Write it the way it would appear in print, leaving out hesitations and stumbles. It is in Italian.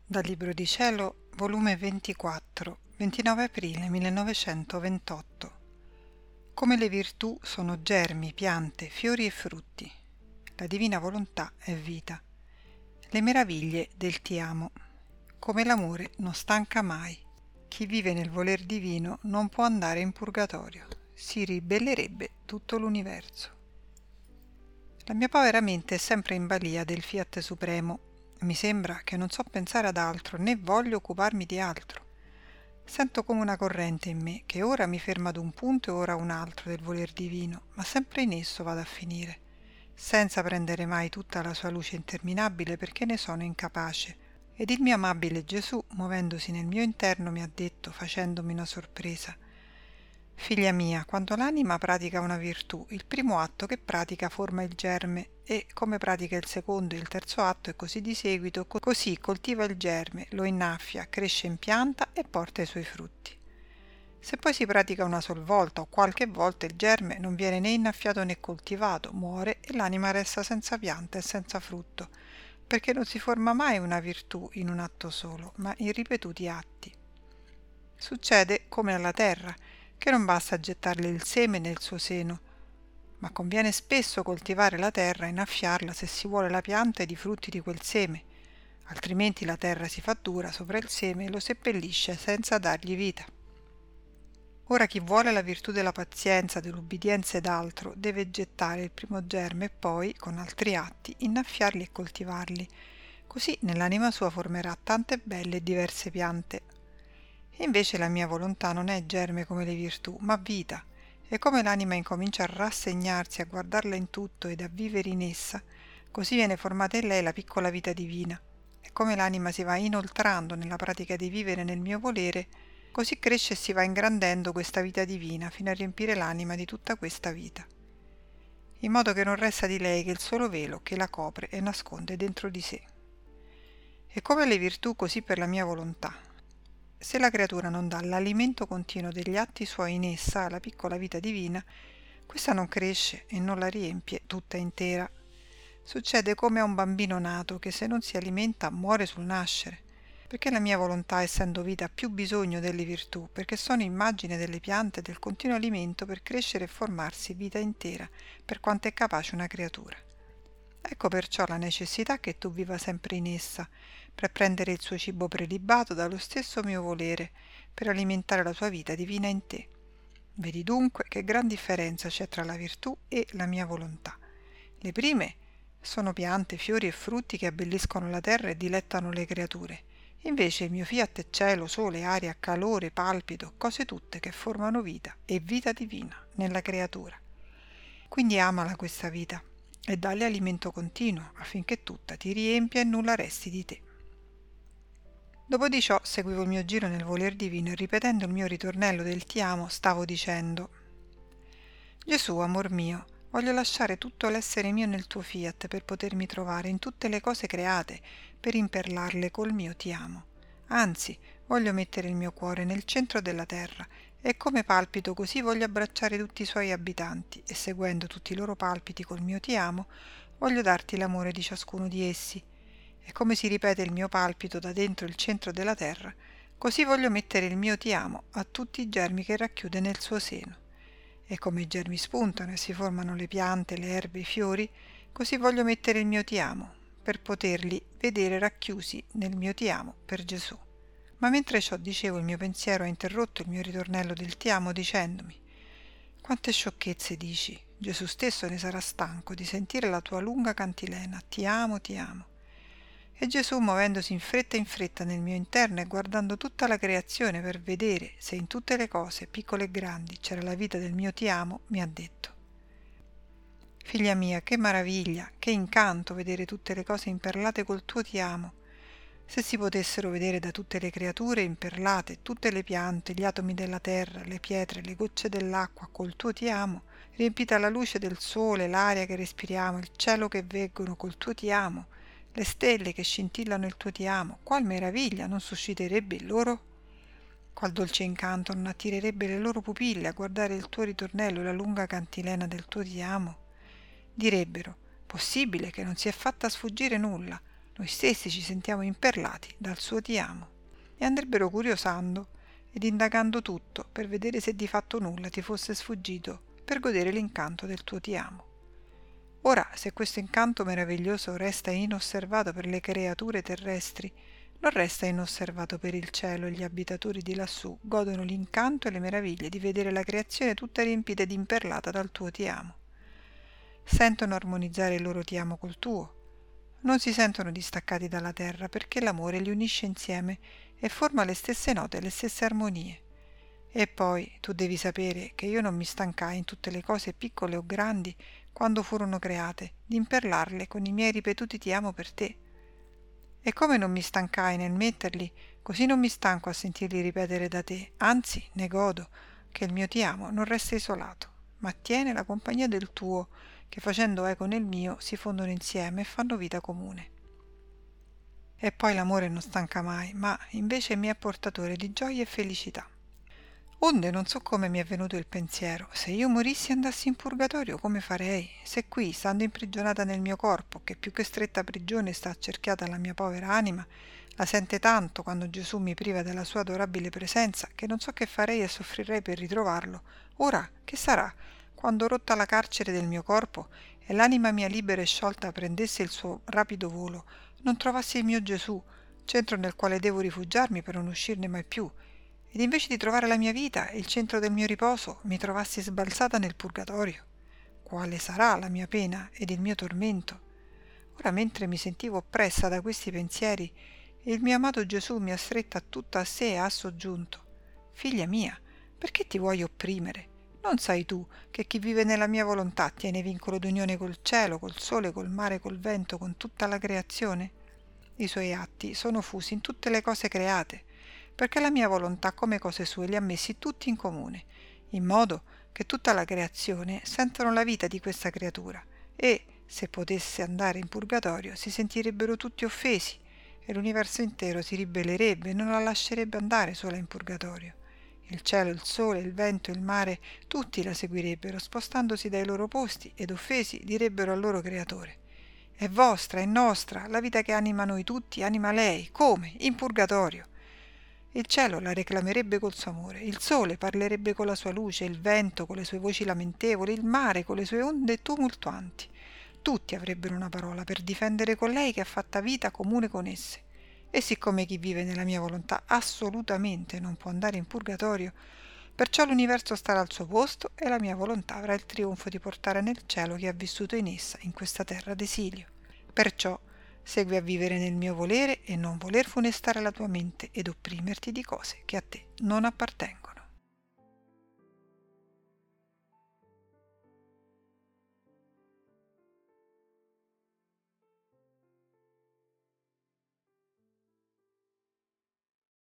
Dal Libro di Cielo, volume 24, 29 aprile 1928. Come le virtù sono germi, piante, fiori e frutti. La divina volontà è vita. Le meraviglie del ti amo. Come l'amore non stanca mai. Chi vive nel voler divino non può andare in purgatorio. Si ribellerebbe tutto l'universo. La mia povera mente è sempre in balia del Fiat Supremo. Mi sembra che non so pensare ad altro, né voglio occuparmi di altro. Sento come una corrente in me, che ora mi ferma ad un punto e ora a un altro del voler divino, ma sempre in esso vado a finire, senza prendere mai tutta la sua luce interminabile perché ne sono incapace. Ed il mio amabile Gesù, muovendosi nel mio interno, mi ha detto, facendomi una sorpresa: «Figlia mia, quando l'anima pratica una virtù, il primo atto che pratica forma il germe e, come pratica il secondo e il terzo atto e così di seguito, così coltiva il germe, lo innaffia, cresce in pianta e porta i suoi frutti. Se poi si pratica una sola volta o qualche volta, il germe non viene né innaffiato né coltivato, muore e l'anima resta senza pianta e senza frutto, perché non si forma mai una virtù in un atto solo, ma in ripetuti atti. Succede come alla terra, che non basta gettarle il seme nel suo seno, ma conviene spesso coltivare la terra e innaffiarla se si vuole la pianta ed i frutti di quel seme, altrimenti la terra si fa dura sopra il seme e lo seppellisce senza dargli vita. Ora chi vuole la virtù della pazienza, dell'ubbidienza ed altro, deve gettare il primo germe e poi, con altri atti, innaffiarli e coltivarli, così nell'anima sua formerà tante belle e diverse piante. E invece la mia volontà non è germe come le virtù, ma vita, e come l'anima incomincia a rassegnarsi, a guardarla in tutto ed a vivere in essa, così viene formata in lei la piccola vita divina. E come l'anima si va inoltrando nella pratica di vivere nel mio volere, così cresce e si va ingrandendo questa vita divina fino a riempire l'anima di tutta questa vita, in modo che non resta di lei che il solo velo che la copre e nasconde dentro di sé. E come le virtù, così per la mia volontà. Se la creatura non dà l'alimento continuo degli atti suoi in essa, alla piccola vita divina, questa non cresce e non la riempie tutta intera. Succede come a un bambino nato che se non si alimenta muore sul nascere, perché la mia volontà, essendo vita, ha più bisogno delle virtù, perché sono immagine delle piante e del continuo alimento per crescere e formarsi vita intera, per quanto è capace una creatura. Ecco perciò la necessità che tu viva sempre in essa, per prendere il suo cibo prelibato dallo stesso mio volere, per alimentare la tua vita divina in te. Vedi dunque che gran differenza c'è tra la virtù e la mia volontà. Le prime sono piante, fiori e frutti che abbelliscono la terra e dilettano le creature. Invece il mio fiat è cielo, sole, aria, calore, palpito, cose tutte che formano vita e vita divina nella creatura. Quindi amala questa vita e dalle alimento continuo affinché tutta ti riempia e nulla resti di te. Dopo di ciò seguivo il mio giro nel voler divino e ripetendo il mio ritornello del ti amo stavo dicendo: Gesù, amor mio, voglio lasciare tutto l'essere mio nel tuo fiat per potermi trovare in tutte le cose create, per imperlarle col mio ti amo. Anzi, voglio mettere il mio cuore nel centro della terra e come palpito così voglio abbracciare tutti i suoi abitanti e seguendo tutti i loro palpiti col mio ti amo, voglio darti l'amore di ciascuno di essi. E come si ripete il mio palpito da dentro il centro della terra, così voglio mettere il mio ti amo a tutti i germi che racchiude nel suo seno. E come i germi spuntano e si formano le piante, le erbe, i fiori, così voglio mettere il mio ti amo, per poterli vedere racchiusi nel mio ti amo per Gesù. Ma mentre ciò dicevo, il mio pensiero ha interrotto il mio ritornello del ti amo dicendomi: quante sciocchezze dici, Gesù stesso ne sarà stanco di sentire la tua lunga cantilena, ti amo, ti amo. E Gesù, muovendosi in fretta nel mio interno e guardando tutta la creazione per vedere se in tutte le cose, piccole e grandi, c'era la vita del mio ti amo, mi ha detto: figlia mia, che meraviglia, che incanto vedere tutte le cose imperlate col tuo ti amo. Se si potessero vedere da tutte le creature imperlate, tutte le piante, gli atomi della terra, le pietre, le gocce dell'acqua col tuo ti amo, riempita la luce del sole, l'aria che respiriamo, il cielo che veggono col tuo ti amo, le stelle che scintillano il tuo ti amo, qual meraviglia non susciterebbe in loro? Qual dolce incanto non attirerebbe le loro pupille a guardare il tuo ritornello e la lunga cantilena del tuo ti amo? Direbbero: possibile che non si è fatta sfuggire nulla, noi stessi ci sentiamo imperlati dal suo ti amo e andrebbero curiosando ed indagando tutto per vedere se di fatto nulla ti fosse sfuggito per godere l'incanto del tuo ti amo. Ora, se questo incanto meraviglioso resta inosservato per le creature terrestri, non resta inosservato per il cielo e gli abitatori di lassù godono l'incanto e le meraviglie di vedere la creazione tutta riempita ed imperlata dal tuo ti amo. Sentono armonizzare il loro ti amo col tuo. Non si sentono distaccati dalla terra perché l'amore li unisce insieme e forma le stesse note e le stesse armonie. E poi tu devi sapere che io non mi stancai in tutte le cose piccole o grandi quando furono create di imperlarle con i miei ripetuti ti amo per te. E come non mi stancai nel metterli, così non mi stanco a sentirli ripetere da te, anzi ne godo che il mio ti amo non resta isolato, ma tiene la compagnia del tuo, che facendo eco nel mio si fondono insieme e fanno vita comune. E poi l'amore non stanca mai, ma invece mi è portatore di gioia e felicità. Onde non so come mi è venuto il pensiero, se io morissi e andassi in purgatorio come farei? Se qui, stando imprigionata nel mio corpo, che più che stretta prigione sta accerchiata la mia povera anima, la sente tanto quando Gesù mi priva della sua adorabile presenza, che non so che farei e soffrirei per ritrovarlo. Ora, che sarà, quando rotta la carcere del mio corpo e l'anima mia libera e sciolta prendesse il suo rapido volo, non trovassi il mio Gesù, centro nel quale devo rifugiarmi per non uscirne mai più, ed invece di trovare la mia vita e il centro del mio riposo mi trovassi sbalzata nel purgatorio? Quale sarà la mia pena ed il mio tormento? Ora, mentre mi sentivo oppressa da questi pensieri, il mio amato Gesù mi ha stretta tutta a sé e ha soggiunto: «Figlia mia, perché ti vuoi opprimere? Non sai tu che chi vive nella mia volontà tiene vincolo d'unione col cielo, col sole, col mare, col vento, con tutta la creazione? I suoi atti sono fusi in tutte le cose create, perché la mia volontà come cose sue li ha messi tutti in comune, in modo che tutta la creazione sentono la vita di questa creatura e, se potesse andare in purgatorio, si sentirebbero tutti offesi e l'universo intero si ribellerebbe e non la lascerebbe andare sola in purgatorio. Il cielo, il sole, il vento, il mare, tutti la seguirebbero, spostandosi dai loro posti ed offesi direbbero al loro creatore: «È vostra, è nostra, la vita che anima noi tutti, anima lei. Come? In purgatorio!» Il cielo la reclamerebbe col suo amore, il sole parlerebbe con la sua luce, il vento con le sue voci lamentevoli, il mare con le sue onde tumultuanti. Tutti avrebbero una parola per difendere colei che ha fatta vita comune con esse. E siccome chi vive nella mia volontà assolutamente non può andare in purgatorio, perciò l'universo starà al suo posto e la mia volontà avrà il trionfo di portare nel cielo chi ha vissuto in essa, in questa terra d'esilio. Perciò segui a vivere nel mio volere e non voler funestare la tua mente ed opprimerti di cose che a te non appartengono.